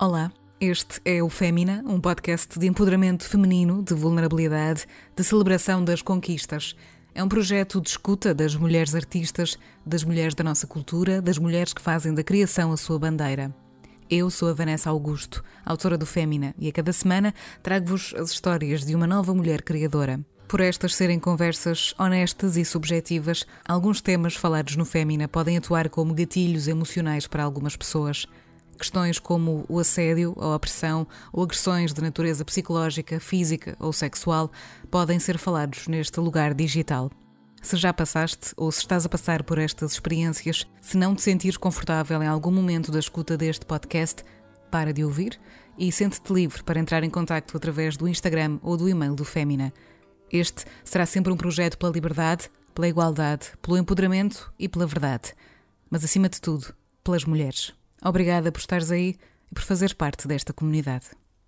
Olá, este é o Fémina, um podcast de empoderamento feminino, de vulnerabilidade, de celebração das conquistas. É um projeto de escuta das mulheres artistas, das mulheres da nossa cultura, das mulheres que fazem da criação a sua bandeira. Eu sou a Vanessa Augusto, autora do Fémina, e a cada semana trago-vos as histórias de uma nova mulher criadora. Por estas serem conversas honestas e subjetivas, alguns temas falados no Fémina podem atuar como gatilhos emocionais para algumas pessoas. Questões como o assédio, a opressão ou agressões de natureza psicológica, física ou sexual podem ser falados neste lugar digital. Se já passaste ou se estás a passar por estas experiências, se não te sentires confortável em algum momento da escuta deste podcast, para de ouvir e sente-te livre para entrar em contacto através do Instagram ou do e-mail do Fémina. Este será sempre um projeto pela liberdade, pela igualdade, pelo empoderamento e pela verdade. Mas acima de tudo, pelas mulheres. Obrigada por estares aí e por fazeres parte desta comunidade.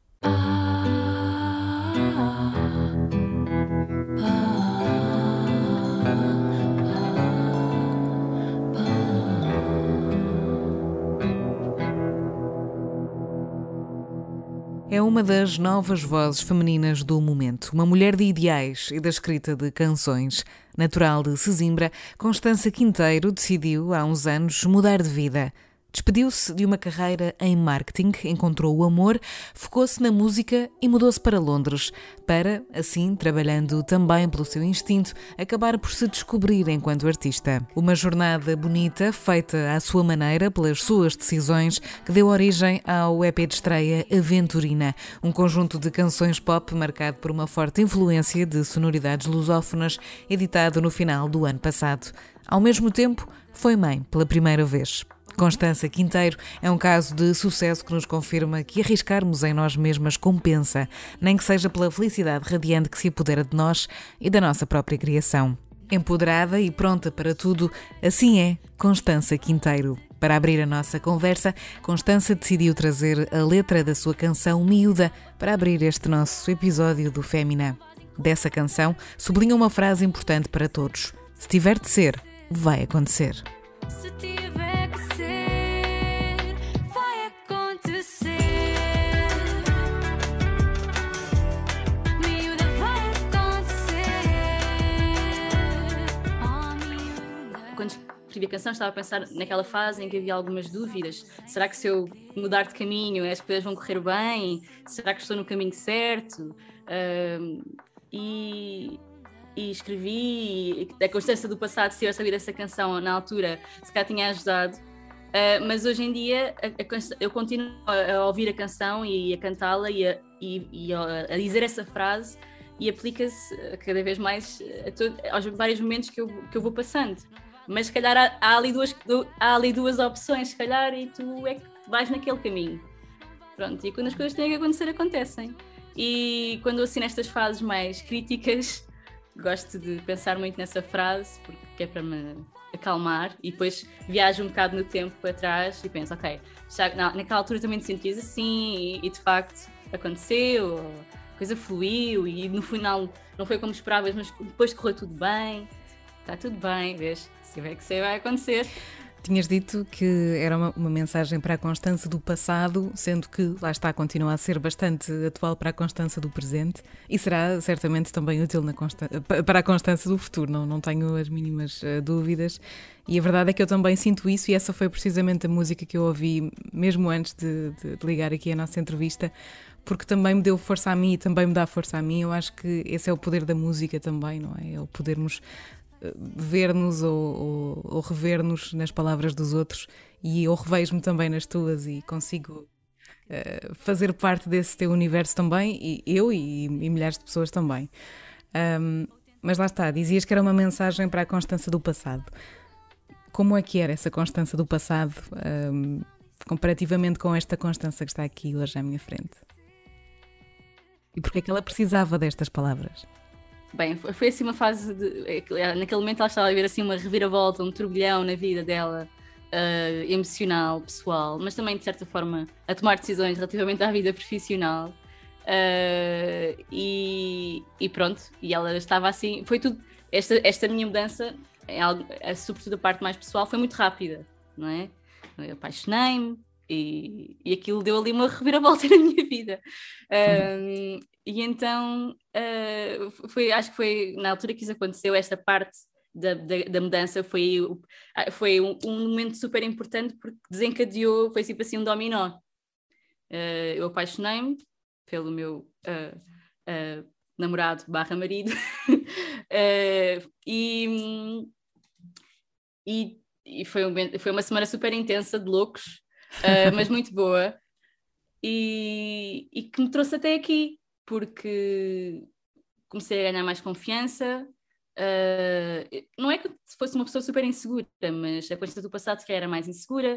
É uma das novas vozes femininas do momento, uma mulher de ideais e da escrita de canções. Natural de Sesimbra, Constança Quinteiro decidiu, há uns anos, mudar de vida. Despediu-se de uma carreira em marketing, encontrou o amor, focou-se na música e mudou-se para Londres, para, assim, trabalhando também pelo seu instinto, acabar por se descobrir enquanto artista. Uma jornada bonita, feita à sua maneira, pelas suas decisões, que deu origem ao EP de estreia Aventurina, um conjunto de canções pop marcado por uma forte influência de sonoridades lusófonas, editado no final do ano passado. Ao mesmo tempo, foi mãe pela primeira vez. Constança Quinteiro é um caso de sucesso que nos confirma que arriscarmos em nós mesmas compensa, nem que seja pela felicidade radiante que se apodera de nós e da nossa própria criação. Empoderada e pronta para tudo, assim é Constança Quinteiro. Para abrir a nossa conversa, Constança decidiu trazer a letra da sua canção Miúda para abrir este nosso episódio do Fémina. Dessa canção, sublinha uma frase importante para todos: se tiver de ser, vai acontecer. Quando escrevi a canção, estava a pensar naquela fase em que havia algumas dúvidas. Será que se eu mudar de caminho as coisas vão correr bem? Será que estou no caminho certo? E escrevi, a Constança do passado, se eu saber essa canção na altura, se calhar tinha ajudado. Mas hoje em dia eu continuo a ouvir a canção e a cantá-la e a dizer essa frase, e aplica-se cada vez mais aos vários momentos que eu vou passando. Mas se calhar há ali duas opções, se calhar, e tu é que vais naquele caminho. Pronto, e quando as coisas têm que acontecer, acontecem. E quando eu assino estas fases mais críticas, gosto de pensar muito nessa frase, porque é para me acalmar, e depois viajo um bocado no tempo para trás e penso, ok, naquela altura também te sentias assim, e de facto aconteceu, a coisa fluiu, e no final não foi como esperavas, mas depois correu tudo bem. Está tudo bem, vês? Se tiver que ser, vai acontecer. Tinhas dito que era uma mensagem para a Constança do passado, sendo que, lá está, continua a ser bastante atual para a Constança do presente, e será certamente também útil para a Constança do futuro, não tenho as mínimas dúvidas. E a verdade é que eu também sinto isso, e essa foi precisamente a música que eu ouvi mesmo antes de ligar aqui a nossa entrevista, porque também me deu força a mim e também me dá força a mim. Eu acho que esse é o poder da música também, não é? É o podermos ver-nos ou rever-nos nas palavras dos outros, e eu revejo-me também nas tuas e consigo fazer parte desse teu universo também, e eu e milhares de pessoas também. Mas lá está, dizias que era uma mensagem para a Constança do passado. Como é que era essa Constança do passado comparativamente com esta Constança que está aqui hoje à minha frente? E porquê é que ela precisava destas palavras? Bem, foi assim uma fase naquele momento ela estava a ver assim uma reviravolta, um turbilhão na vida dela, emocional, pessoal, mas também de certa forma a tomar decisões relativamente à vida profissional, e pronto, e ela estava assim, foi tudo, esta minha mudança, sobretudo a parte mais pessoal, foi muito rápida, não é? Eu apaixonei-me, E aquilo deu ali uma reviravolta na minha vida. E então, acho que foi na altura que isso aconteceu, esta parte da mudança foi um momento super importante, porque desencadeou, foi tipo assim um dominó. Eu apaixonei-me pelo meu namorado barra marido e foi uma semana super intensa de loucos, mas muito boa, e que me trouxe até aqui, porque comecei a ganhar mais confiança. Não é que fosse uma pessoa super insegura, mas a consciência do passado se calhar era mais insegura,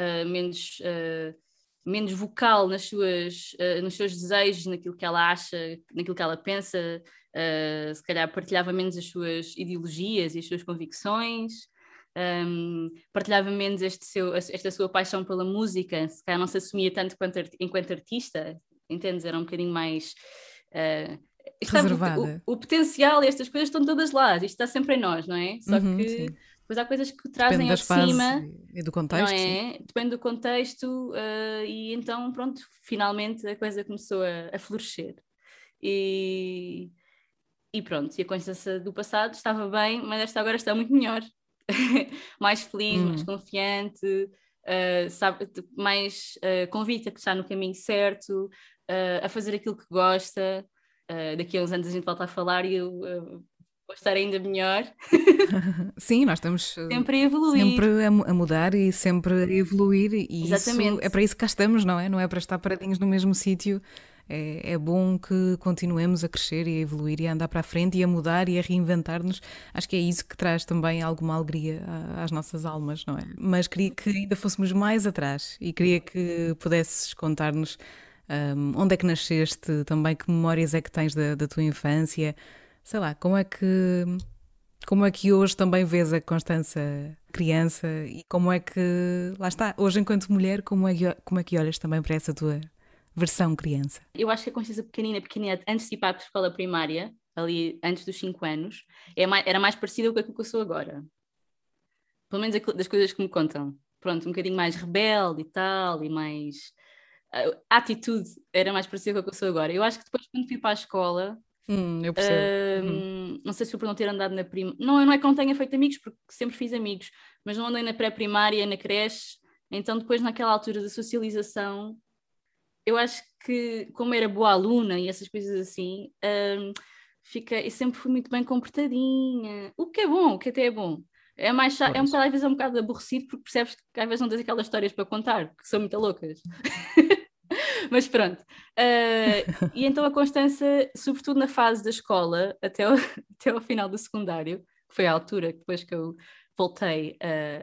menos vocal nos seus desejos, naquilo que ela acha, naquilo que ela pensa, se calhar partilhava menos as suas ideologias e as suas convicções, partilhava menos esta sua paixão pela música, se calhar não se assumia tanto enquanto artista, entendes? Era um bocadinho mais... reservada. O potencial e estas coisas estão todas lá, isto está sempre em nós, não é? Só que sim. depois há coisas que Depende trazem ao das de fases cima, e do contexto, não é? sim. Depende do contexto, e então, pronto, finalmente a coisa começou a florescer. E pronto, e a consciência do passado estava bem, mas esta agora está muito melhor. Mais feliz, mais confiante, sabe, mais convicta que está no caminho certo, a fazer aquilo que gosta. Daqui a uns anos a gente volta a falar e eu vou estar ainda melhor. Sim, nós estamos Sempre a evoluir. sempre a mudar e sempre a evoluir, e isso Exatamente. é para isso que cá estamos, não é? Não é para estar paradinhos no mesmo sítio. É bom que continuemos a crescer e a evoluir e a andar para a frente e a mudar e a reinventar-nos. Acho que é isso que traz também alguma alegria às nossas almas, não é? Mas queria que ainda fôssemos mais atrás e queria que pudesses contar-nos onde é que nasceste, também que memórias é que tens da tua infância, sei lá, como é que hoje também vês a Constança criança e como é que, lá está, hoje enquanto mulher, como é que olhas também para essa tua versão criança? Eu acho que a consciência pequenina, antes de ir para a escola primária, ali antes dos 5 anos, era mais parecida com aquilo que eu sou agora. Pelo menos das coisas que me contam. Pronto, um bocadinho mais rebelde e tal, e mais... A atitude era mais parecida com a que eu sou agora. Eu acho que depois, quando fui para a escola, Eu percebo. não sei se foi por não ter andado na primária. Não é que não tenha feito amigos, porque sempre fiz amigos, mas não andei na pré-primária, na creche. Então, depois, naquela altura da socialização, eu acho que, como era boa aluna e essas coisas assim, eu sempre fui muito bem comportadinha. O que é bom, o que até é bom. É mais é um Pois. bocado, às vezes é um bocado aborrecido, porque percebes que às vezes não tens aquelas histórias para contar, que são muito loucas. Mas pronto. E então a Constança, sobretudo na fase da escola, até ao final do secundário, que foi a altura que depois que eu voltei,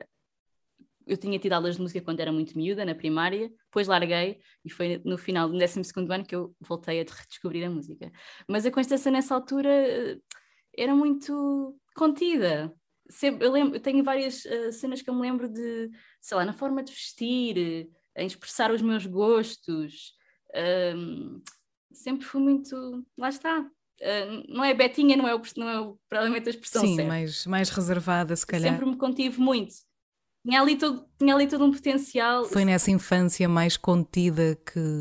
eu tinha tido aulas de música quando era muito miúda, na primária, depois larguei e foi no final do 12º ano que eu voltei a redescobrir a música. Mas a Constança nessa altura era muito contida. Eu tenho várias cenas que eu me lembro de, sei lá, na forma de vestir, em expressar os meus gostos. Sempre fui muito. Lá está. Não é Betinha, provavelmente a expressão Sim, certa. mais reservada, se calhar. Sempre me contive muito. Tinha ali todo um potencial. Foi nessa infância mais contida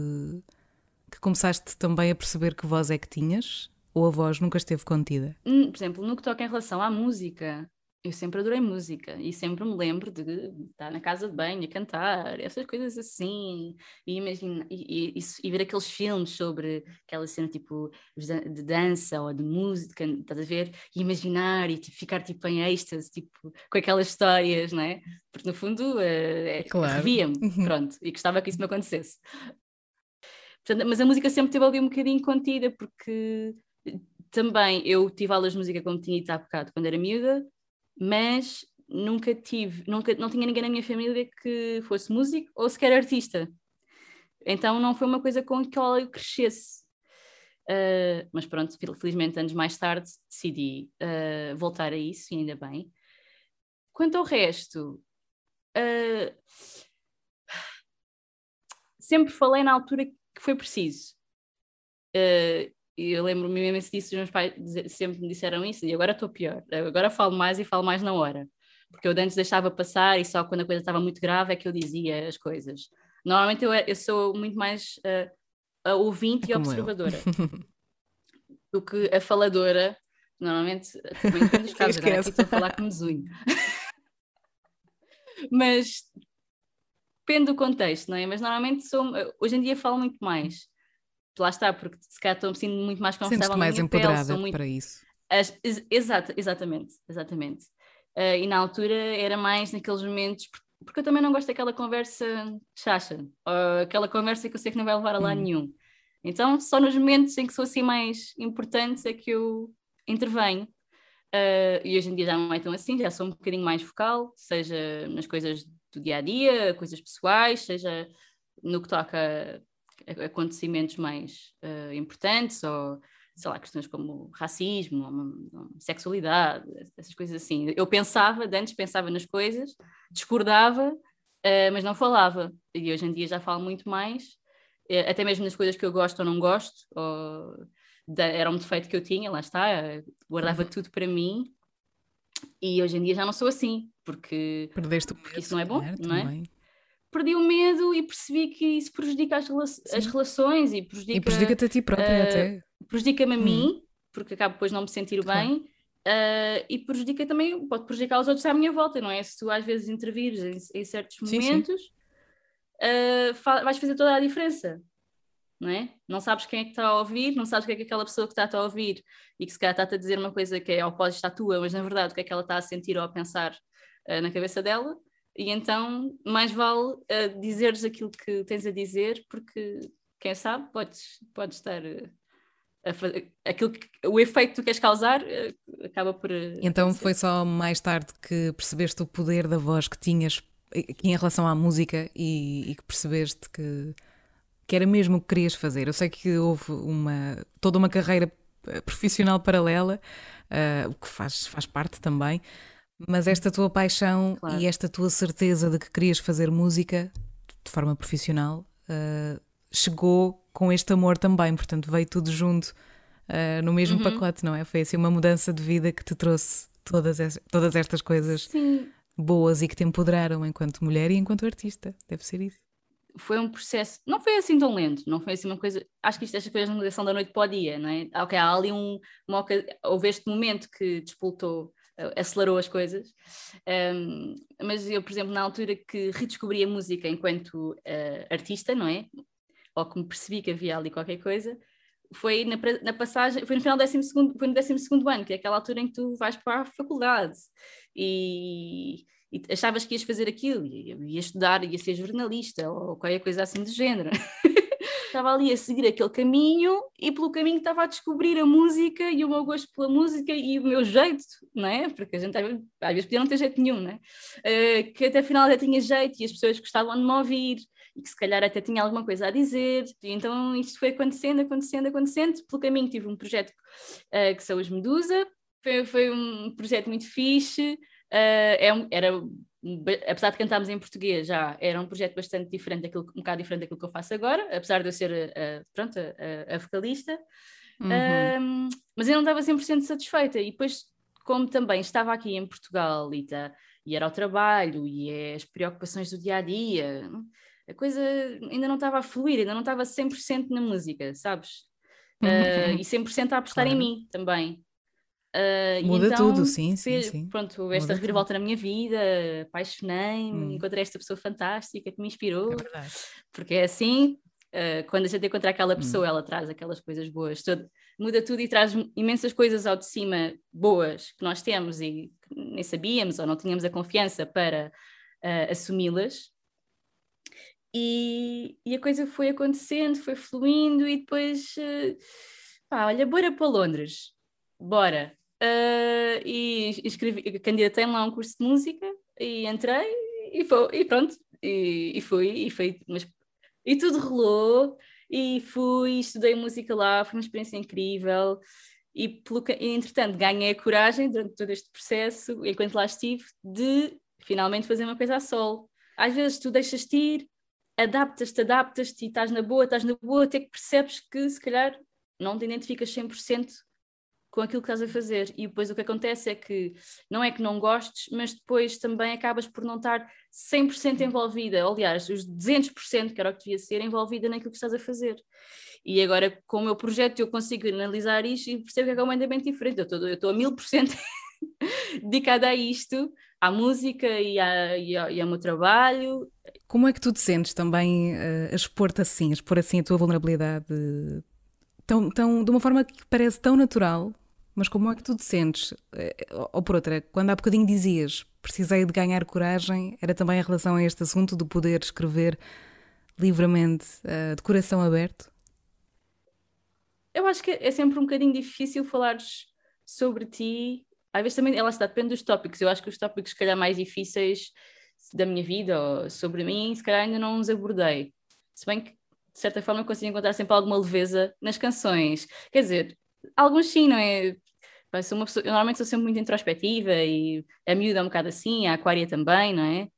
que começaste também a perceber que voz é que tinhas? Ou a voz nunca esteve contida? Por exemplo, no que toca em relação à música, eu sempre adorei música e sempre me lembro de estar na casa de banho a cantar, essas coisas assim, e imagina, e ver aqueles filmes sobre aquela cena tipo de dança ou de música, estás a ver? E imaginar e tipo, ficar tipo em êxtase, tipo, com aquelas histórias, não é? Porque no fundo Claro. revia-me, pronto, e gostava que isso me acontecesse. Portanto, mas a música sempre teve ali um bocadinho contida, porque também eu tive aulas de música, como tinha dito há bocado, quando era miúda, mas não tinha ninguém na minha família que fosse músico ou sequer artista. Então não foi uma coisa com que eu crescesse. Mas pronto, felizmente anos mais tarde decidi voltar a isso, e ainda bem. Quanto ao resto, sempre falei na altura que foi preciso. Eu lembro-me mesmo disso, os meus pais sempre me disseram isso, e agora estou pior. Agora falo mais e falo mais na hora. Porque eu antes deixava passar e só quando a coisa estava muito grave é que eu dizia as coisas. Normalmente eu sou muito mais a ouvinte e observadora do que a faladora. Normalmente, também depende dos casos, agora aqui estou a falar como desunho. Mas depende do contexto, não é? Mas normalmente hoje em dia falo muito mais. Lá está, porque se calhar estou-me sentindo muito mais confortável na mais minha pele. empoderada para isso. Exatamente. E na altura era mais naqueles momentos, porque eu também não gosto daquela conversa chacha, ou aquela conversa que eu sei que não vai levar a lado nenhum. Então, só nos momentos em que sou assim mais importantes é que eu intervenho. E hoje em dia já não é tão assim, já sou um bocadinho mais focal, seja nas coisas do dia a dia, coisas pessoais, seja no que toca a acontecimentos mais importantes, ou sei lá, questões como racismo, sexualidade, essas coisas assim. Eu antes pensava nas coisas, discordava, mas não falava. E hoje em dia já falo muito mais, até mesmo nas coisas que eu gosto ou não gosto, era um defeito que eu tinha, lá está, guardava tudo para mim. E hoje em dia já não sou assim, porque Perdeste o medo, isso não é bom, não é? também. Perdi o medo e percebi que isso prejudica as relações e prejudica-te a ti própria até. Prejudica-me a mim, porque acabo depois não me sentir bem, e prejudica também, pode prejudicar os outros à minha volta, não é? Se tu às vezes intervires em certos momentos, vais fazer toda a diferença, não é? Não sabes quem é que está a ouvir, não sabes o que é que aquela pessoa que está a ouvir e que se calhar está-te a dizer uma coisa que é oposta à tua, mas na verdade o que é que ela está a sentir ou a pensar na cabeça dela. E então mais vale dizeres aquilo que tens a dizer, porque quem sabe podes estar a fazer o efeito que tu queres causar acaba por então acontecer. foi só mais tarde que percebeste o poder da voz que tinhas aqui em relação à música e que percebeste que era mesmo o que querias fazer. Eu sei que houve toda uma carreira profissional paralela, o que faz parte também. Mas esta tua paixão e esta tua certeza de que querias fazer música de forma profissional chegou com este amor também, portanto veio tudo junto no mesmo pacote, não é? Foi assim uma mudança de vida que te trouxe todas estas coisas boas e que te empoderaram enquanto mulher e enquanto artista, deve ser isso. Foi um processo, não foi assim tão lento, não foi assim uma coisa, acho que estas coisas de mudação da noite para o dia, não é? Ok, há ali houve este momento que despoltou, acelerou as coisas, mas eu, por exemplo, na altura que redescobri a música enquanto artista, não é? Ou que me percebi que havia ali qualquer coisa, foi na passagem, foi no final do 12º, foi no 12º ano, que é aquela altura em que tu vais para a faculdade e achavas que ias fazer aquilo, ia estudar, ia ser jornalista ou qualquer coisa assim do género. Estava ali a seguir aquele caminho e pelo caminho estava a descobrir a música e o meu gosto pela música e o meu jeito, não é? Porque a gente às vezes podia não ter jeito nenhum, não é? Que até afinal já tinha jeito e as pessoas gostavam de me ouvir e que se calhar até tinha alguma coisa a dizer. E então isto foi acontecendo. Pelo caminho tive um projeto que são os Medusa, foi um projeto muito fixe. Apesar de cantarmos em português já, era um projeto bastante diferente um bocado diferente daquilo que eu faço agora, apesar de eu ser a vocalista, mas eu não estava 100% satisfeita, e depois, como também estava aqui em Portugal e era o trabalho e as preocupações do dia-a-dia, a coisa ainda não estava a fluir, ainda não estava 100% na música, sabes? E 100% a apostar em mim também. Muda então, tudo, sim. Pronto, houve esta reviravolta na minha vida, apaixonei-me, encontrei esta pessoa fantástica que me inspirou, porque é assim, quando a gente encontra aquela pessoa, ela traz aquelas coisas boas, muda tudo e traz imensas coisas ao de cima boas que nós temos e nem sabíamos ou não tínhamos a confiança para assumi-las. E a coisa foi acontecendo, foi fluindo e depois, olha, bora para Londres, bora. E candidatei-me lá a um curso de música e entrei e pronto, e foi, e tudo rolou, e estudei música lá, foi uma experiência incrível, e entretanto ganhei a coragem durante todo este processo, enquanto lá estive, de finalmente fazer uma coisa a solo. Às vezes tu deixas-te ir, adaptas-te e estás na boa, até que percebes que se calhar não te identificas 100% com aquilo que estás a fazer. E depois o que acontece é que não gostes, mas depois também acabas por não estar 100% envolvida, aliás, os 200% que era o que devia ser, envolvida naquilo que estás a fazer. E agora, com o meu projeto, eu consigo analisar isto e percebo que é completamente diferente. Eu estou a 1000% dedicada a isto, à música e ao meu trabalho. Como é que tu te sentes também a expor-te assim, a expor assim a tua vulnerabilidade de uma forma que parece tão natural, mas como é que tu te sentes? Ou por outra, quando há bocadinho dizias precisei de ganhar coragem, era também em relação a este assunto de poder escrever livremente, de coração aberto? Eu acho que é sempre um bocadinho difícil falares sobre ti. Às vezes também, ela está, depende dos tópicos. Eu acho que os tópicos, se calhar, mais difíceis da minha vida ou sobre mim, se calhar ainda não os abordei. Se bem que, de certa forma, eu consigo encontrar sempre alguma leveza nas canções. Quer dizer, alguns sim, não é? Eu normalmente sou sempre muito introspectiva e a miúda é um bocado assim, a aquária também, não é?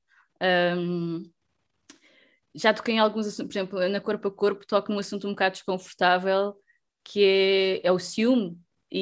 Já toquei em alguns assuntos, por exemplo, na Corpo a Corpo, toco num assunto um bocado desconfortável, que é o ciúme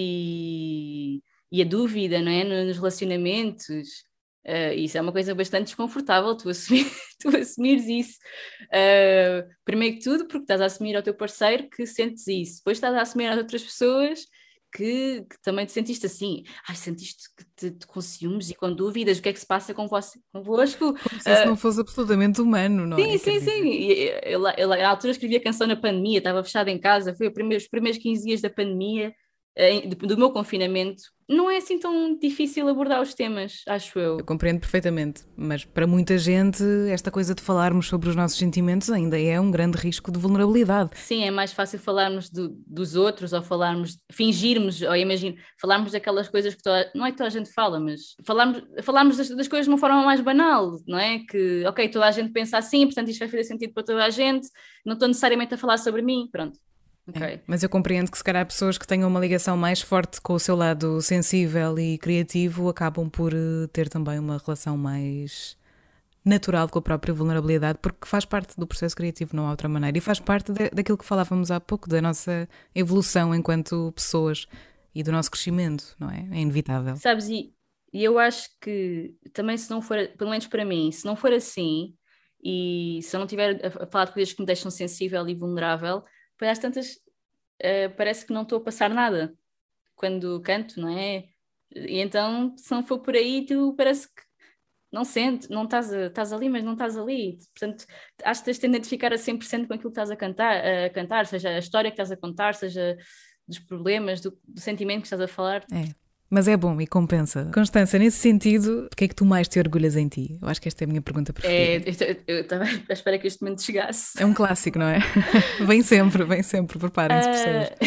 e a dúvida, não é? Nos relacionamentos. Isso é uma coisa bastante desconfortável, tu assumires isso. Primeiro que tudo, porque estás a assumir ao teu parceiro que sentes isso. Depois estás a assumir às outras pessoas que também te sentiste assim. Ai, sentiste que com ciúmes e com dúvidas, o que é que se passa convosco? Como se isso não fosse absolutamente humano, não é? Sim, Quer sim, sim. dizer, Eu, na altura escrevi a canção na pandemia, estava fechada em casa, foi os primeiros 15 dias da pandemia, do meu confinamento. Não é assim tão difícil abordar os temas, acho eu eu. compreendo perfeitamente, mas para muita gente esta coisa de falarmos sobre os nossos sentimentos ainda é um grande risco de vulnerabilidade. Sim, é mais fácil falarmos dos outros ou fingirmos, ou imagino, falarmos daquelas coisas que não é que toda a gente fala, mas falarmos das coisas de uma forma mais banal, não é? Que, ok, toda a gente pensa assim, portanto isto vai fazer sentido para toda a gente, não estou necessariamente a falar sobre mim, pronto. É, Ok. mas eu compreendo que se calhar pessoas que tenham uma ligação mais forte com o seu lado sensível e criativo acabam por ter também uma relação mais natural com a própria vulnerabilidade, porque faz parte do processo criativo, não há outra maneira. E faz parte daquilo que falávamos há pouco, da nossa evolução enquanto pessoas e do nosso crescimento, não é? É inevitável. Sabes, e eu acho que também se não for, pelo menos para mim, se não for assim, e se eu não estiver a falar de coisas que me deixam sensível e vulnerável, depois às tantas parece que não estou a passar nada quando canto, não é? E então, se não for por aí, tu parece que não sentes, não estás ali, mas não estás ali. Portanto, acho que tens de te identificar a 100% com aquilo que estás a cantar, seja a história que estás a contar, seja dos problemas, do sentimento que estás a falar. É. Mas é bom e compensa. Constança, nesse sentido, o que é que tu mais te orgulhas em ti? Eu acho que esta é a minha pergunta preferida. Eu estava à espera que este momento chegasse. É um clássico, não é? Vem sempre, preparem-se pessoas. Ah,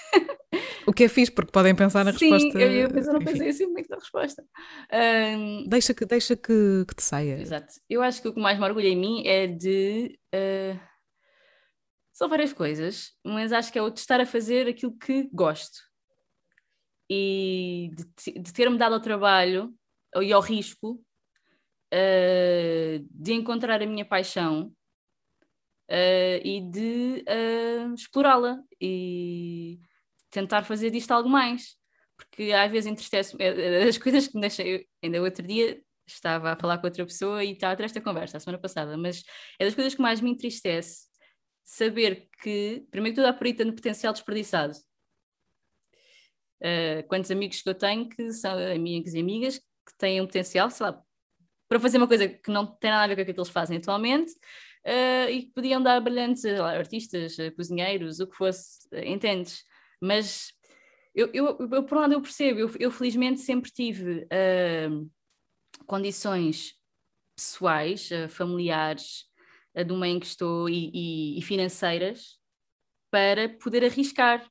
O que é fixe, porque podem pensar na sim, resposta. eu não Enfim, pensei assim muito na resposta. Ah, deixa que te saia. exato. Eu acho que o que mais me orgulha em mim é de. São várias coisas, mas acho que é o de estar a fazer aquilo que gosto e de ter-me dado ao trabalho e ao risco de encontrar a minha paixão e de explorá-la e tentar fazer disto algo mais. Porque às vezes entristece as coisas que me deixam. Ainda outro dia estava a falar com outra pessoa e estava a ter esta conversa, a semana passada, mas é das coisas que mais me entristece saber que, primeiro que tudo, há por aí tanto potencial desperdiçado. Quantos amigos que eu tenho que são amigos e amigas que têm um potencial, sei lá, para fazer uma coisa que não tem nada a ver com aquilo que eles fazem atualmente e que podiam dar brilhantes artistas, cozinheiros, o que fosse, entendes? Mas por um lado eu percebo, eu felizmente sempre tive condições pessoais, familiares, do meio em que estou e financeiras para poder arriscar.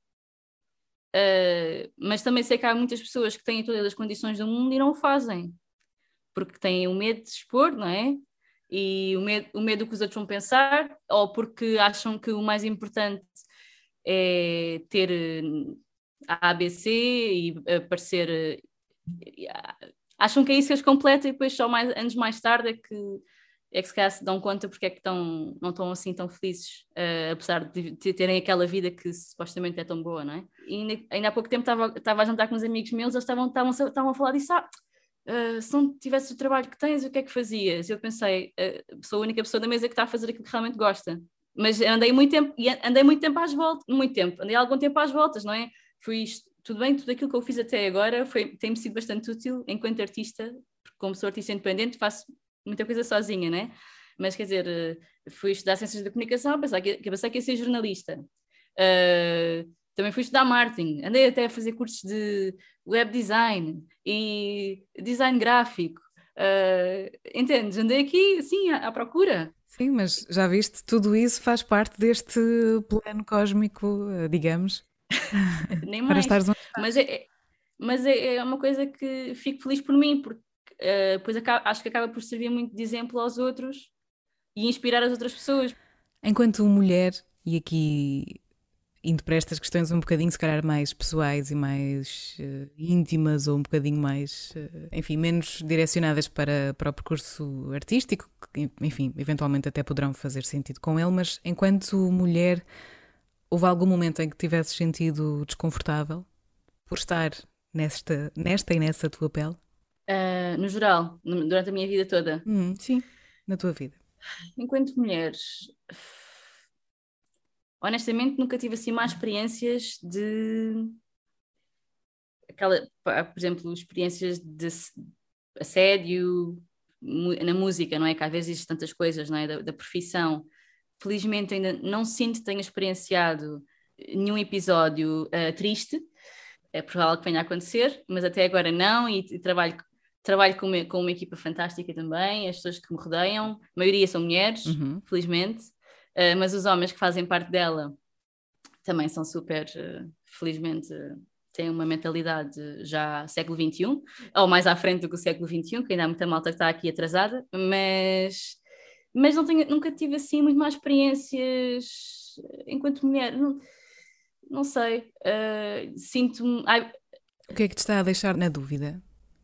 Mas também sei que há muitas pessoas que têm todas as condições do mundo e não o fazem, porque têm o medo de se expor, não é? E o medo que os outros vão pensar, ou porque acham que o mais importante é ter a ABC e aparecer. Acham que é isso que as completa e depois só anos mais tarde é que é que se calhar se dão conta porque é que não estão assim tão felizes, apesar de terem aquela vida que supostamente é tão boa, não é? E ainda há pouco tempo estava a jantar com uns amigos meus, eles estavam a falar disso, se não tivesse o trabalho que tens, o que é que fazias? Eu pensei, sou a única pessoa da mesa que está a fazer aquilo que realmente gosta. Mas andei muito tempo às voltas, andei algum tempo às voltas, não é? Tudo bem, tudo aquilo que eu fiz até agora tem-me sido bastante útil enquanto artista, porque como sou artista independente faço muita coisa sozinha, né? Mas quer dizer, fui estudar Ciências da Comunicação, pensei que ia ser jornalista. Também fui estudar marketing, andei até a fazer cursos de web design e design gráfico. Entendes? Andei aqui, assim, à procura. Sim, mas já viste, tudo isso faz parte deste plano cósmico, digamos, Nem para mais. estares onde Mas estás. é uma coisa que fico feliz por mim, porque depois acho que acaba por servir muito de exemplo aos outros e inspirar as outras pessoas. Enquanto mulher, e aqui indo para estas questões um bocadinho, se calhar, mais pessoais e mais íntimas, ou um bocadinho mais, enfim, menos direcionadas para o percurso artístico, que, enfim, eventualmente até poderão fazer sentido com ele, mas enquanto mulher, houve algum momento em que tivesses sentido desconfortável por estar nesta e nessa tua pele? No geral, durante a minha vida toda. Sim, na tua vida. Enquanto mulheres, honestamente nunca tive assim mais experiências por exemplo, experiências de assédio na música, não é? Que às vezes existem tantas coisas, não é? Da profissão. Felizmente ainda não sinto que tenha experienciado nenhum episódio triste. É provável que venha a acontecer, mas até agora não, e trabalho com uma equipa fantástica também, as pessoas que me rodeiam, a maioria são mulheres, felizmente, mas os homens que fazem parte dela também são super, felizmente, têm uma mentalidade já século XXI, ou mais à frente do que o século XXI, que ainda há muita malta que está aqui atrasada, mas nunca tive assim muito mais experiências enquanto mulher. Não sei, sinto-me. O que é que te está a deixar na dúvida?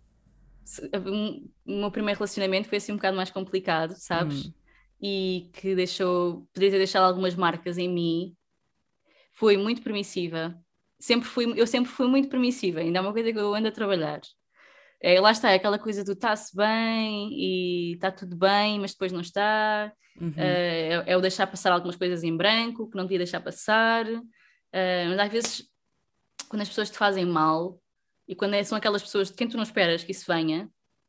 O meu primeiro relacionamento foi assim um bocado mais complicado, sabes? E que poderia ter deixado algumas marcas em mim. Foi muito permissiva. Eu sempre fui muito permissiva, ainda é uma coisa que eu ando a trabalhar. Lá está, é aquela coisa do está-se bem e está tudo bem, mas depois não está. É o deixar passar algumas coisas em branco que não devia deixar passar. Mas às vezes, quando as pessoas te fazem mal e quando são aquelas pessoas de quem tu não esperas que isso venha,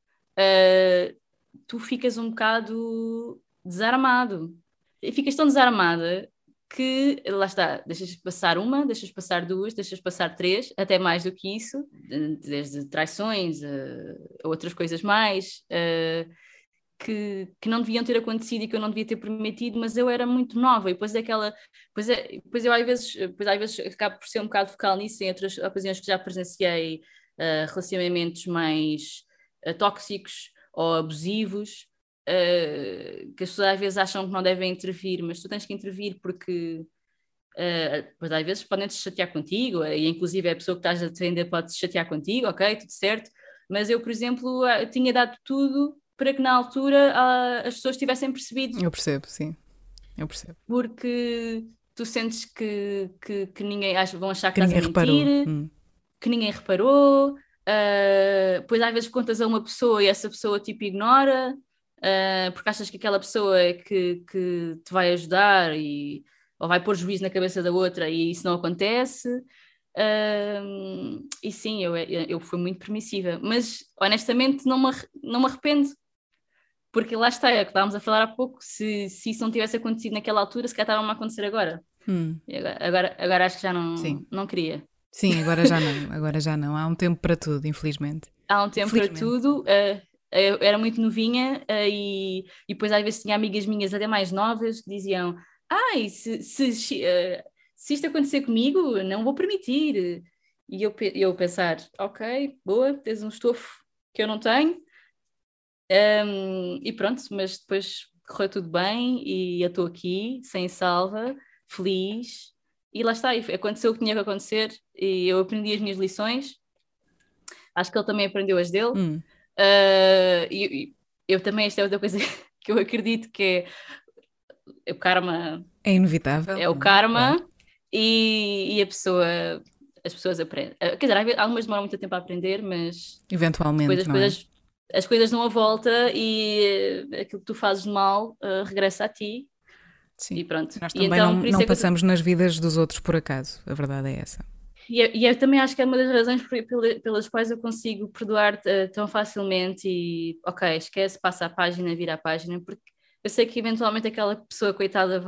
tu ficas um bocado desarmado. E ficas tão desarmada que, lá está, deixas passar uma, deixas passar duas, deixas passar três, até mais do que isso, desde traições a outras coisas mais, que não deviam ter acontecido e que eu não devia ter permitido, mas eu era muito nova e depois às vezes acabo por ser um bocado focal nisso, em outras ocasiões que já presenciei relacionamentos mais tóxicos ou abusivos, que as pessoas às vezes acham que não devem intervir, mas tu tens que intervir porque pois às vezes podem te chatear contigo, e inclusive a pessoa que estás a defender pode se chatear contigo, ok, tudo certo, mas eu, por exemplo, tinha dado tudo para que na altura as pessoas tivessem percebido. Eu percebo, sim, eu percebo. Porque tu sentes que ninguém vão achar que Que estás a ninguém reparou. mentir, que ninguém reparou, depois às vezes contas a uma pessoa e essa pessoa tipo ignora, porque achas que aquela pessoa é que te vai ajudar ou vai pôr juízo na cabeça da outra e isso não acontece. E sim, eu fui muito permissiva, mas honestamente não me arrependo, porque lá está, é o que estávamos a falar há pouco, se isso não tivesse acontecido naquela altura, se calhar estava a acontecer agora. E agora acho que já Sim. não queria. Sim, agora já não, agora já não. Há um tempo para tudo, infelizmente. Há um tempo para tudo, eu era muito novinha, e depois às vezes tinha amigas minhas até mais novas que diziam: ai, se isto acontecer comigo, não vou permitir. E eu pensar: ok, boa, tens um estofo que eu não tenho. E pronto, mas depois correu tudo bem e eu estou aqui, sem salva, feliz, e lá está, e aconteceu o que tinha que acontecer e eu aprendi as minhas lições, acho que ele também aprendeu as dele. E eu também, esta é outra coisa que eu acredito que é o karma, É inevitável, é o não é? Claro. karma e as pessoas aprendem. Quer dizer, algumas demoram muito tempo a aprender, mas depois Eventualmente, não é? as coisas dão a volta e aquilo que tu fazes de mal regressa a ti Sim. e pronto. Nós E também então, por isso não é que passamos nas vidas dos outros por acaso. A verdade é essa. eu também acho que é uma das razões pelas quais eu consigo perdoar tão facilmente e, ok, esquece, passa a página, vira a página, porque eu sei que eventualmente aquela pessoa coitada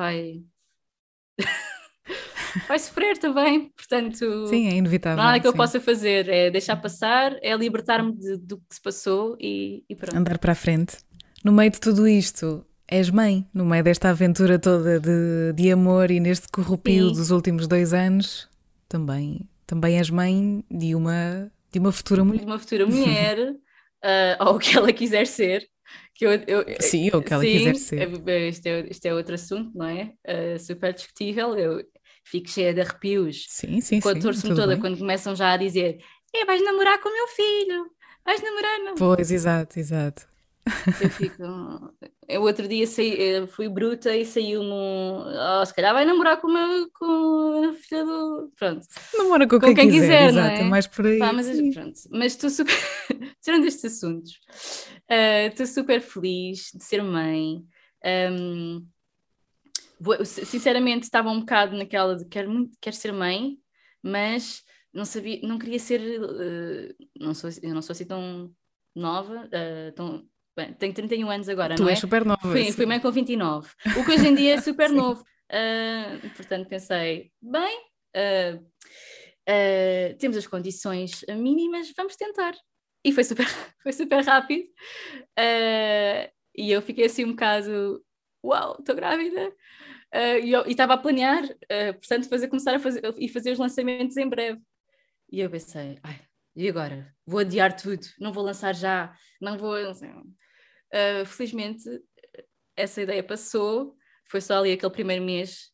vai sofrer também, portanto, Sim, é não há nada inevitável, que eu sim. possa fazer, é deixar passar, é libertar-me do que se passou e pronto. Andar para a frente. No meio de tudo isto, és mãe. No meio desta aventura toda de amor e neste corrupio Sim, dos últimos 2 anos, também és mãe de uma futura de mulher. uma futura mulher, ou o que ela quiser ser, que Sim, ou o que ela quiser sim, ser. isto é outro assunto, não é? Super discutível, eu fico cheia de arrepios, Sim, sim, sim, torço-me tudo toda bem. quando começam já a dizer vais namorar com o meu filho, vais namorar, não. Pois, exato, exato. Eu fico. Eu outro dia fui bruta e saiu-me. Se calhar vai namorar com a filha do. Pronto. Namora com Com quem quem quiser, quiser, não exato, é é? mais por Pá, aí, mas sim. pronto. Mas estou super. Tirando estes assuntos, estou super feliz de ser mãe. Um, Sinceramente, estava um bocado naquela de quero ser mãe, mas não sabia, não queria ser. Eu não sou assim tão nova, bem, tenho 31 anos agora, Tu não és é? super nova, Fui sim. mãe com 29, o que hoje em dia é super Sim. novo. Portanto, pensei, bem, temos as condições mínimas, vamos tentar. E foi super, foi super rápido. E eu fiquei assim um bocado, uau, estou grávida. E estava a planear, portanto, começar a fazer os lançamentos em breve. E eu pensei, ai, e agora? Vou adiar tudo, não vou lançar já, não vou. Não sei. Felizmente, essa ideia passou, foi só ali aquele primeiro mês,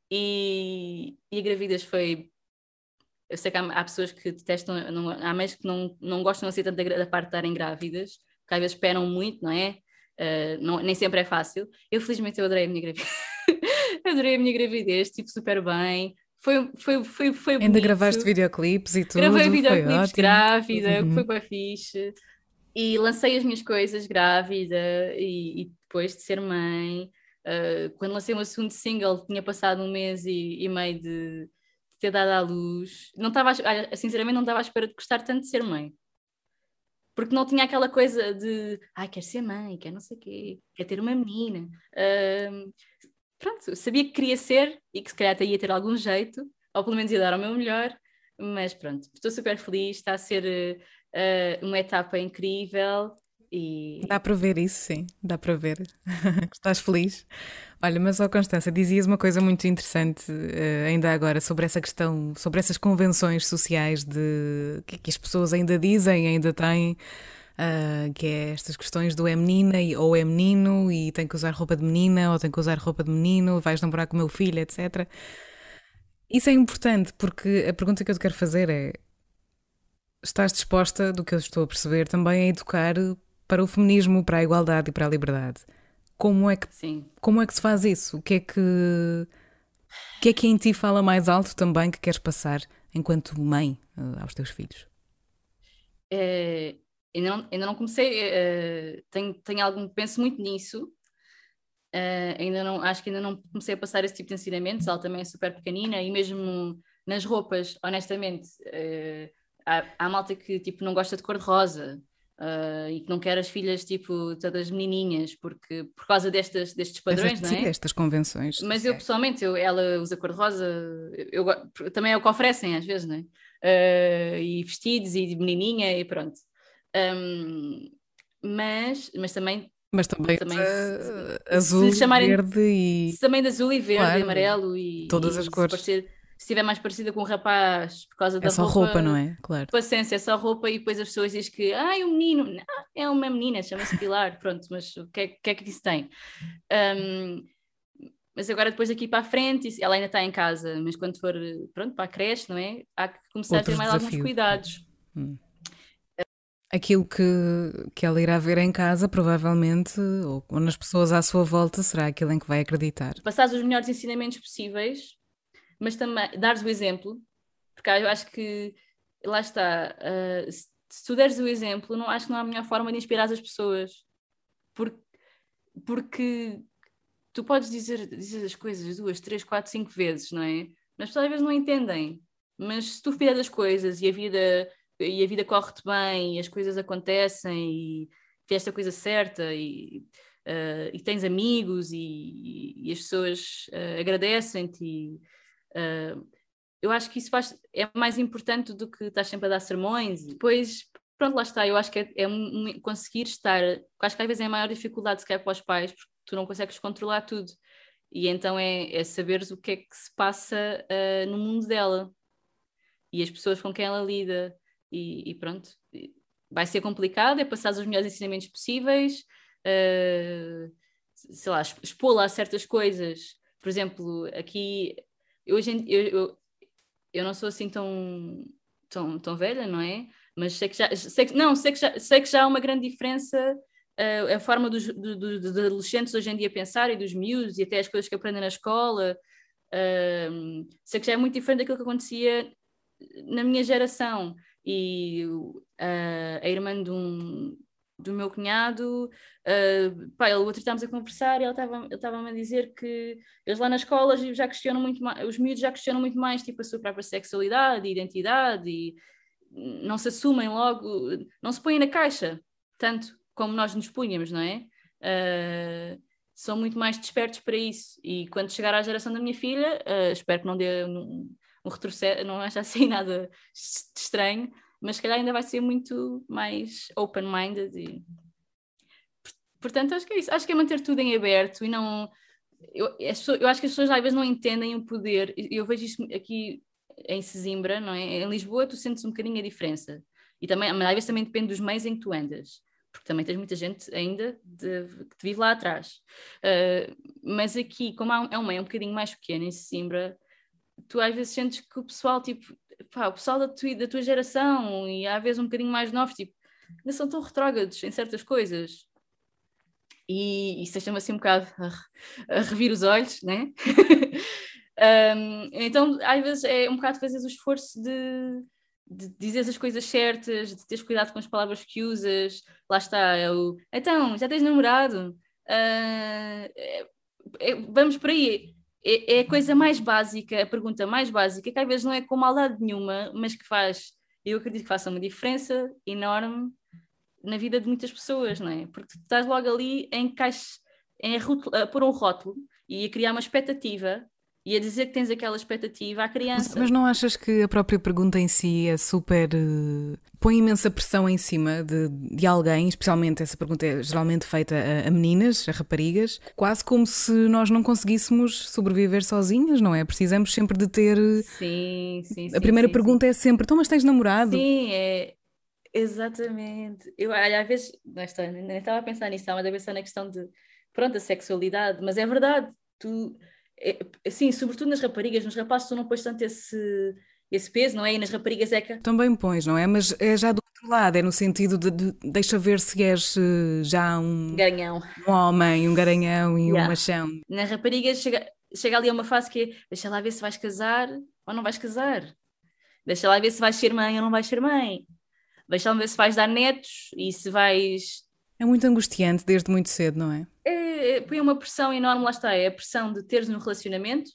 e a gravidez foi. Eu sei que há pessoas que detestam, há mães que não gostam assim tanto da parte de estarem grávidas, porque às vezes esperam muito, não é? Nem sempre é fácil. Felizmente, eu adorei a minha gravidez. Adorei a minha gravidez, estive super bem. Foi Ainda gravaste bonito. videoclipes e Gravei tudo, foi videoclipes ótimo. grávida, que foi Uhum. bem fixe. E lancei as minhas coisas grávida e depois de ser mãe. Quando lancei o meu segundo single, tinha passado um mês e meio de ter dado à luz. Não estava, sinceramente, não estava à espera de gostar tanto de ser mãe. Porque não tinha aquela coisa de, quero ser mãe, quero não sei o quê, quero ter uma menina. Pronto, sabia que queria ser e que se calhar até ia ter algum jeito, ou pelo menos ia dar o meu melhor, mas pronto, estou super feliz, está a ser uma etapa incrível Dá e para ver isso, sim, dá para ver que estás feliz. Olha, mas ó Constança, dizias uma coisa muito interessante ainda agora sobre essa questão, sobre essas convenções sociais de que as pessoas ainda dizem, ainda têm, que é estas questões do é menina ou é menino e tem que usar roupa de menina ou tem que usar roupa de menino, vais namorar com o meu filho, etc. Isso é importante porque a pergunta que eu te quero fazer é: estás disposta, do que eu estou a perceber, também a educar para o feminismo, para a igualdade e para a liberdade? Como é que, sim. como é que se faz isso? O que é que em ti fala mais alto também que queres passar enquanto mãe aos teus filhos? Eh, ainda não comecei, tenho algum, penso muito nisso. Ainda não, acho que ainda não comecei a passar esse tipo de ensinamentos. Ela também é super pequenina e mesmo nas roupas, honestamente, há malta que tipo não gosta de cor-de-rosa, e que não quer as filhas tipo todas menininhas porque por causa destes padrões, não Sim, é? destas convenções Mas eu sociais. pessoalmente, ela usa cor-de-rosa, também é o que oferecem às vezes, não é? E vestidos e de menininha e pronto. Um, mas Mas também também se lhe azul, chamarem verde e, também de azul e verde e claro, amarelo todas as e cores. se estiver mais parecida com um rapaz por causa É da só roupa, não roupa, é? Claro. paciência, é só roupa e depois as pessoas dizem que é um menino, não, é uma menina, chama-se Pilar, pronto, mas que é que isso tem? Um, mas agora depois daqui para a frente, ela ainda está em casa, mas quando for, pronto, para a creche, não é? Há que começar a ter Outros mais alguns desafios. cuidados. Hum. Aquilo que ela irá ver em casa, provavelmente, ou nas pessoas à sua volta, será aquilo em que vai acreditar. Passares os melhores ensinamentos possíveis, mas também dares o exemplo, porque eu acho que, lá está, se tu deres o exemplo, não, acho que não há melhor forma de inspirar as pessoas, porque, porque tu podes dizer as coisas 2, 3, 4, 5 vezes, não é? Mas as pessoas às vezes não entendem. Mas se tu fizeres as coisas e a vida corre-te bem, e as coisas acontecem, e fizeste a coisa certa, e tens amigos, e as pessoas agradecem-te, eu acho que é mais importante do que estás sempre a dar sermões. E depois, pronto, lá está. Eu acho que conseguir estar. Acho que às vezes é a maior dificuldade, se calhar, para os pais, porque tu não consegues controlar tudo. E então é saberes o que é que se passa no mundo dela e as pessoas com quem ela lida. E pronto, vai ser complicado, é passar os melhores ensinamentos possíveis, sei lá, expô-la a certas coisas. Por exemplo, aqui, eu não sou assim tão velha, não é? Mas sei que já há uma grande diferença a forma dos adolescentes hoje em dia pensar e dos miúdos e até as coisas que aprendem na escola. Sei que já é muito diferente daquilo que acontecia na minha geração. E a irmã do meu cunhado, pá, ele outro estávamos a conversar e ele estava-me a dizer que eles lá na escola já questionam muito mais, os miúdos já questionam muito mais tipo a sua própria sexualidade e identidade e não se assumem logo, não se põem na caixa, tanto como nós nos punhamos, não é? São muito mais despertos para isso e quando chegar à geração da minha filha, espero que não dê um retrocesso, não acho assim nada estranho, mas se calhar ainda vai ser muito mais open-minded e portanto acho que é isso, acho que é manter tudo em aberto e não eu acho que as pessoas às vezes não entendem o poder, eu vejo isso aqui em Sesimbra, não é? Em Lisboa tu sentes um bocadinho a diferença e também, mas às vezes também depende dos meios em que tu andas, porque também tens muita gente ainda que te vive lá atrás, mas aqui como é um meio um bocadinho mais pequeno em Sesimbra, tu às vezes sentes que o pessoal, tipo, pá, o pessoal da tua geração e às vezes um bocadinho mais novos, tipo, ainda são tão retrógrados em certas coisas. E isso deixa-me assim um bocado a revir os olhos, né? Então, às vezes é um bocado fazer o esforço de dizer as coisas certas, de teres cuidado com as palavras que usas. Lá está, então, já tens namorado? Vamos por aí. É a coisa mais básica, a pergunta mais básica, que às vezes não é com maldade nenhuma, mas que eu acredito que faça uma diferença enorme na vida de muitas pessoas, não é? Porque tu estás logo ali a pôr um rótulo e a criar uma expectativa e a dizer que tens aquela expectativa à Mas criança. não achas que a própria pergunta em si é super. Põe imensa pressão em cima de alguém, especialmente essa pergunta é geralmente feita a meninas, a raparigas, quase como se nós não conseguíssemos sobreviver sozinhas, não é? Precisamos sempre de ter. Sim, sim, A sim, primeira sim, sim. pergunta é sempre: então, mas tens namorado? Sim, exatamente. Olha, às vezes, nem estava a pensar nisso, estava a pensar na questão de, pronto, a sexualidade, mas é verdade, assim, sobretudo nas raparigas, nos rapazes tu não pões tanto esse peso, não é? E nas raparigas é que Também pões, não é? Mas é já do outro lado, é no sentido de deixa ver se és já garanhão. um homem, um garanhão e um Yeah. machão. Na rapariga chega ali a uma fase que é, deixa lá ver se vais casar ou não vais casar. Deixa lá ver se vais ser mãe ou não vais ser mãe. Deixa lá ver se vais dar netos e se vais. É muito angustiante desde muito cedo, não é? Põe uma pressão enorme, lá está, é a pressão de teres um relacionamento,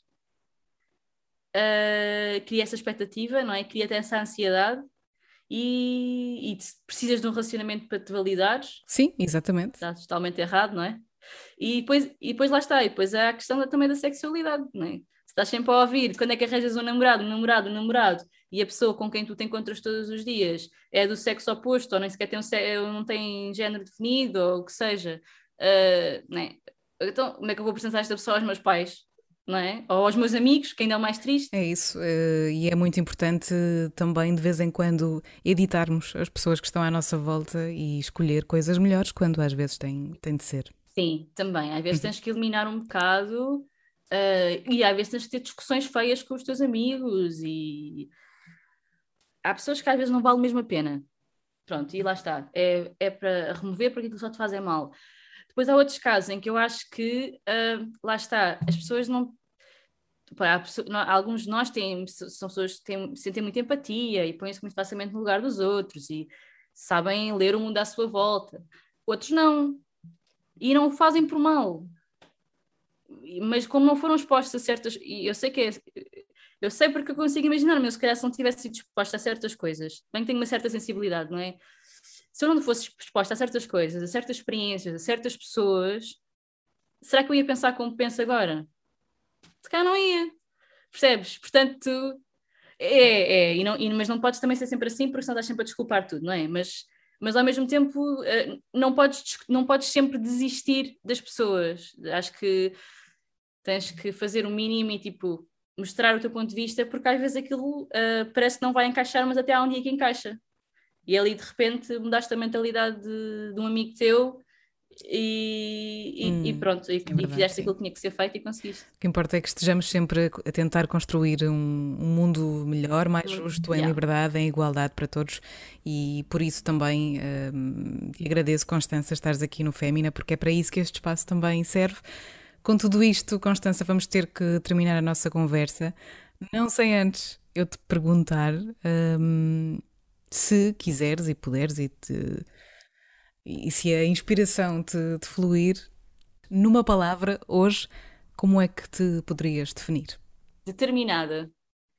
cria essa expectativa, não é? Cria até essa ansiedade e precisas de um relacionamento para te validares, Sim, exatamente. está totalmente errado, não é? E depois lá está, e depois há a questão também da sexualidade, não é? Se estás sempre a ouvir quando é que arranjas um namorado, e a pessoa com quem tu te encontras todos os dias é do sexo oposto, ou nem sequer ou não tem género definido, ou o que seja, não é? Então, como é que eu vou apresentar esta pessoa aos meus pais, não é? Ou aos meus amigos, que ainda é o mais triste? É isso, e é muito importante também de vez em quando editarmos as pessoas que estão à nossa volta e escolher coisas melhores quando às vezes tem de ser. Sim, também. Às vezes tens que eliminar um bocado, e às vezes tens que ter discussões feias com os teus amigos e há pessoas que às vezes não vale mesmo a pena. Pronto, e lá está. É para remover porque aquilo só te faz é mal. Depois há outros casos em que eu acho que, lá está, as pessoas não. Pá, alguns de nós são pessoas que sentem muita empatia e põem-se muito facilmente no lugar dos outros e sabem ler o mundo à sua volta. Outros não. E não o fazem por mal. Mas como não foram expostos a certas. E eu sei que é. Eu sei porque eu consigo imaginar, mas se calhar se não tivesse sido exposta a certas coisas, bem que tenho uma certa sensibilidade, não é? Se eu não fosse exposta a certas coisas, a certas experiências, a certas pessoas, será que eu ia pensar como penso agora? Se calhar não ia, percebes? Portanto, mas não podes também ser sempre assim, porque senão estás sempre a desculpar tudo, não é? Mas ao mesmo tempo, não podes sempre desistir das pessoas. Acho que tens que fazer o mínimo e tipo mostrar o teu ponto de vista, porque às vezes aquilo parece que não vai encaixar, mas até há um dia que encaixa. E ali de repente mudaste a mentalidade de um amigo teu e pronto, e verdade, fizeste sim. aquilo que tinha que ser feito e conseguiste. O que importa é que estejamos sempre a tentar construir um mundo melhor, mais justo, em liberdade, em igualdade para todos, e por isso também te agradeço, Constança, estares aqui no Fémina, porque é para isso que este espaço também serve. Com tudo isto, Constança, vamos ter que terminar a nossa conversa. Não sei antes eu te perguntar se quiseres e puderes e se a inspiração te fluir, numa palavra, hoje, como é que te poderias definir? Determinada.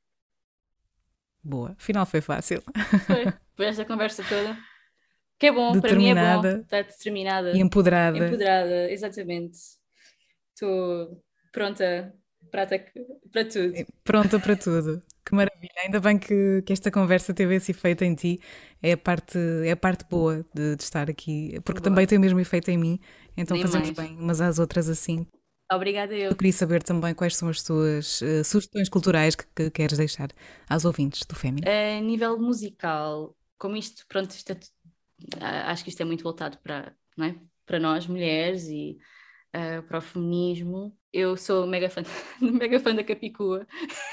Boa, afinal foi fácil. Foi esta conversa toda. Que é bom, para mim é bom Determinada estar e determinada. empoderada. Empoderada, exatamente. Estou pronta para tudo. Pronta para tudo. Que maravilha. Ainda bem que esta conversa teve esse efeito em ti. É a parte boa de estar aqui, porque Boa. também tem o mesmo efeito em mim. Então Nem fazemos mais. bem umas às outras assim. Obrigada Eu eu. queria saber também quais são as tuas sugestões culturais que queres deixar aos ouvintes do Fémina. A nível musical, como isto, pronto, acho que isto é muito voltado para, não é? Para nós, mulheres, e para o feminismo. Eu sou mega fã, mega fã da Capicua.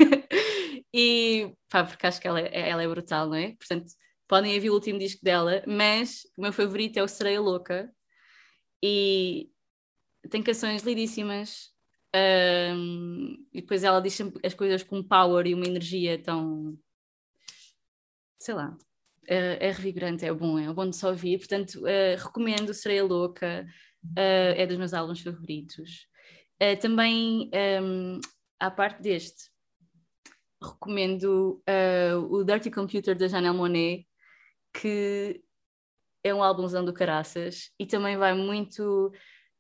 E pá, porque acho que ela é brutal, não é? Portanto, podem ouvir o último disco dela, mas o meu favorito é o Sereia Louca. E tem canções lindíssimas. E depois ela diz sempre as coisas com power e uma energia tão, sei lá, é revigorante, é bom de só ouvir. Portanto, recomendo Sereia Louca, é dos meus álbuns favoritos. Também, à parte deste, recomendo o Dirty Computer da Janelle Monáe, que é um álbumzão do caraças e também vai muito.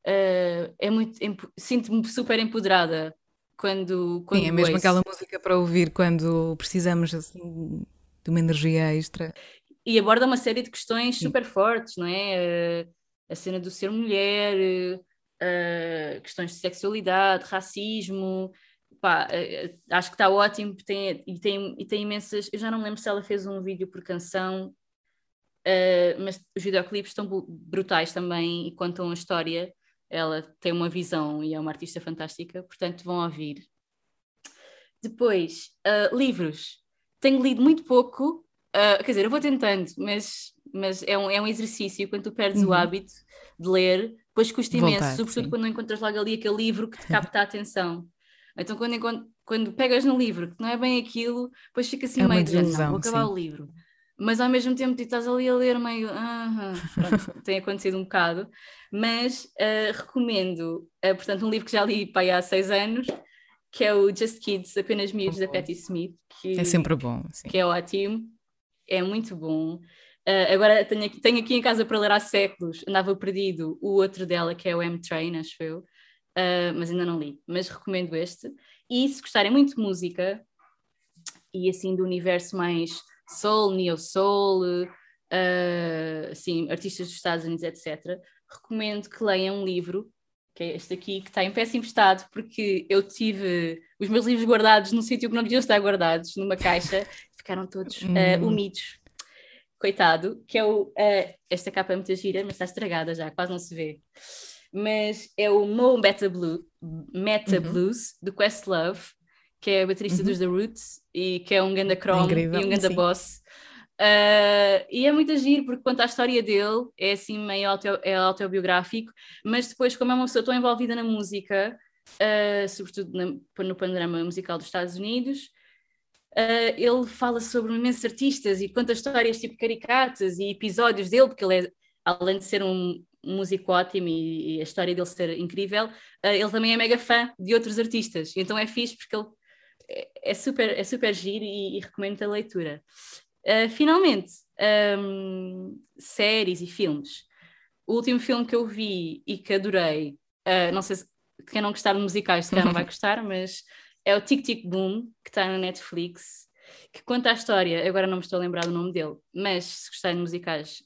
Sinto-me super empoderada Sim, é quando mesmo aquela ouço. música para ouvir quando precisamos assim de uma energia extra. E aborda uma série de questões Sim. super fortes, não é? A cena do ser mulher, questões de sexualidade, racismo. Pá, acho que está ótimo, e tem imensas. Eu já não me lembro se ela fez um vídeo por canção, mas os videoclipes estão brutais também e contam a história. Ela tem uma visão e é uma artista fantástica, portanto vão ouvir. Depois, livros. Tenho lido muito pouco, quer dizer, eu vou tentando, mas é um exercício quando tu perdes o hábito de ler, depois custa imenso, Vontade, sobretudo sim. quando não encontras logo ali aquele livro que te capta a atenção. Então, quando pegas no livro que não é bem aquilo, depois fica assim É uma meio de género, não, vou desilusão, acabar sim. o livro. Mas ao mesmo tempo tu estás ali a ler meio, pronto, tem acontecido um bocado, mas recomendo, portanto, um livro que já li pá, há 6 anos, que é o Just Kids, Apenas Miúdos, da Patti Smith, É sempre bom, sim. que é ótimo, é muito bom. Agora tenho aqui em casa para ler há séculos, andava perdido, o outro dela, que é o M-Train, acho eu, mas ainda não li, mas recomendo este. E se gostarem muito de música, e assim do universo mais soul, neo-soul, assim, artistas dos Estados Unidos, etc., recomendo que leiam um livro, que é este aqui, que está em péssimo estado, porque eu tive os meus livros guardados num sítio que não deviam estar guardados, numa caixa, ficaram todos úmidos. Coitado, que é esta capa é muito gira, mas está estragada já, quase não se vê. Mas é o Mo Meta Blues, do Questlove, que é a baterista dos The Roots e que é um ganda cromo e Incrível, um ganda sim. boss. E é muito agir, porque conta a história dele, é assim meio autobiográfico, mas depois, como é uma pessoa tão envolvida na música, sobretudo no panorama musical dos Estados Unidos, ele fala sobre imensos artistas e conta histórias tipo caricatas e episódios dele, porque ele é, além de ser um músico ótimo e a história dele ser incrível, ele também é mega fã de outros artistas, e então é fixe porque ele é super giro e recomendo a leitura. Finalmente, séries e filmes. O último filme que eu vi e que adorei, não sei se quem não gostar de musicais se calhar não vai gostar, mas é o Tic Tic Boom, que está na Netflix, que conta a história, agora não me estou a lembrar do nome dele, mas se gostarem de musicais,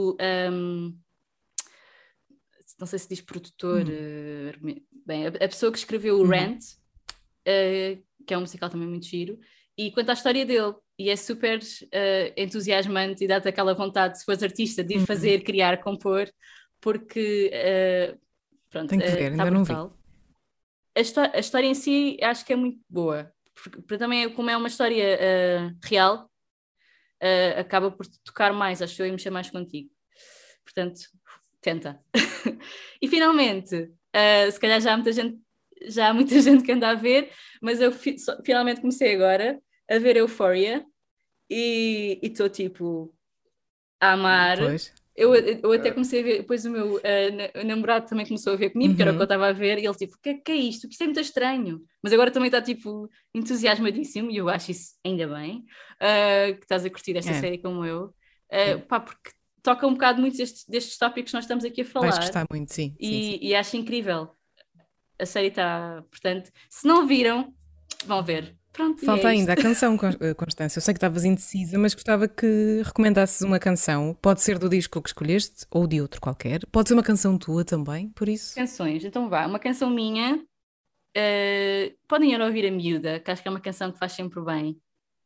não sei se diz produtor, bem, a pessoa que escreveu o Rent, que é um musical também muito giro, e conta a história dele, e é super entusiasmante e dá-te aquela vontade, se fores artista, de ir fazer, criar, compor, porque pronto, tenho que ver, está ainda brutal. não vi. A história em si acho que é muito boa, porque também como é uma história real, acaba por te tocar mais, acho eu, e mexer mais contigo. Portanto, tenta. E finalmente, se calhar já há muita gente que anda a ver, mas eu finalmente comecei agora a ver Euphoria e estou tipo a amar. Pois. Eu até comecei a ver, depois o meu namorado também começou a ver comigo, que era o que eu estava a ver, e ele tipo, o que é isto? Isto é muito estranho. Mas agora também está tipo entusiasmadíssimo, e eu acho isso ainda bem, que estás a curtir esta série como eu. Pá, porque toca um bocado muitos destes tópicos que nós estamos aqui a falar. Vais gostar muito, sim. E acho incrível. A série está, portanto, se não viram, vão ver. Pronto, Falta ainda a canção, Constância. Eu sei que estavas indecisa, mas gostava que recomendasses uma canção. Pode ser do disco que escolheste ou de outro qualquer. Pode ser uma canção tua também, por isso. Canções, então vá. Uma canção minha. Podem ir ouvir A Miúda, que acho que é uma canção que faz sempre bem.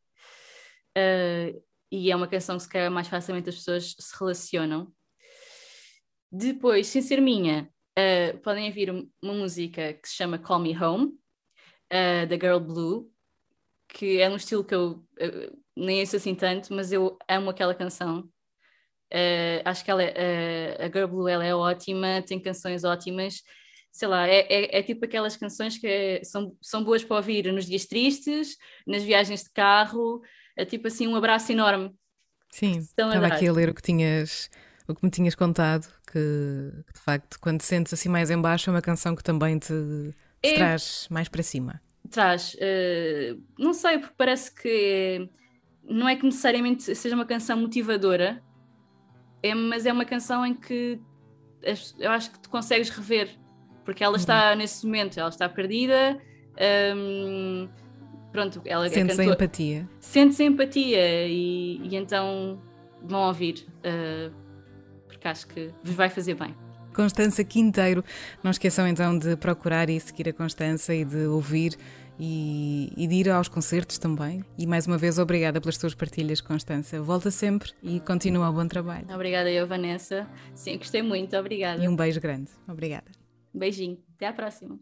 E é uma canção que se calhar mais facilmente as pessoas se relacionam. Depois, sem ser minha, podem ouvir uma música que se chama Call Me Home, da Girl Blue, que é um estilo que eu nem ouço assim tanto, mas eu amo aquela canção. Acho que a Girl Blue ela é ótima, tem canções ótimas. Sei lá, é tipo aquelas canções que são boas para ouvir nos dias tristes, nas viagens de carro, é tipo assim um abraço enorme. Sim, estava aqui a ler o que me tinhas contado, que de facto quando te sentes assim mais em baixo é uma canção que também te traz mais para cima. Traz, não sei, porque parece que não é que necessariamente seja uma canção motivadora, mas é uma canção em que eu acho que tu consegues rever, porque ela está nesse momento, ela está perdida, pronto, ela sentes a empatia. Sentes a empatia e então vão ouvir, porque acho que vos vai fazer bem. Constança Quinteiro, não esqueçam então de procurar e seguir a Constança e de ouvir e de ir aos concertos também. E mais uma vez, obrigada pelas tuas partilhas, Constança. Volta sempre e continua o bom trabalho. Obrigada eu, Vanessa. Sim, gostei muito, obrigada. E um beijo grande. Obrigada. Beijinho, até à próxima.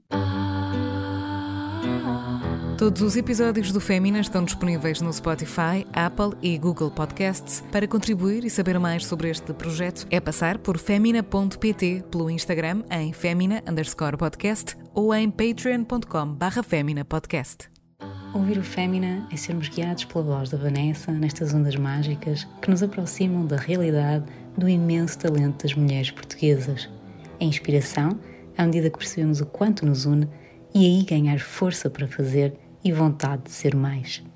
Todos os episódios do Fémina estão disponíveis no Spotify, Apple e Google Podcasts. Para contribuir e saber mais sobre este projeto, é passar por femina.pt, pelo Instagram em femina_podcast ou em patreon.com/feminapodcast. Ouvir o Fémina é sermos guiados pela voz da Vanessa nestas ondas mágicas que nos aproximam da realidade do imenso talento das mulheres portuguesas. É inspiração à medida que percebemos o quanto nos une e aí ganhar força para fazer e vontade de ser mais.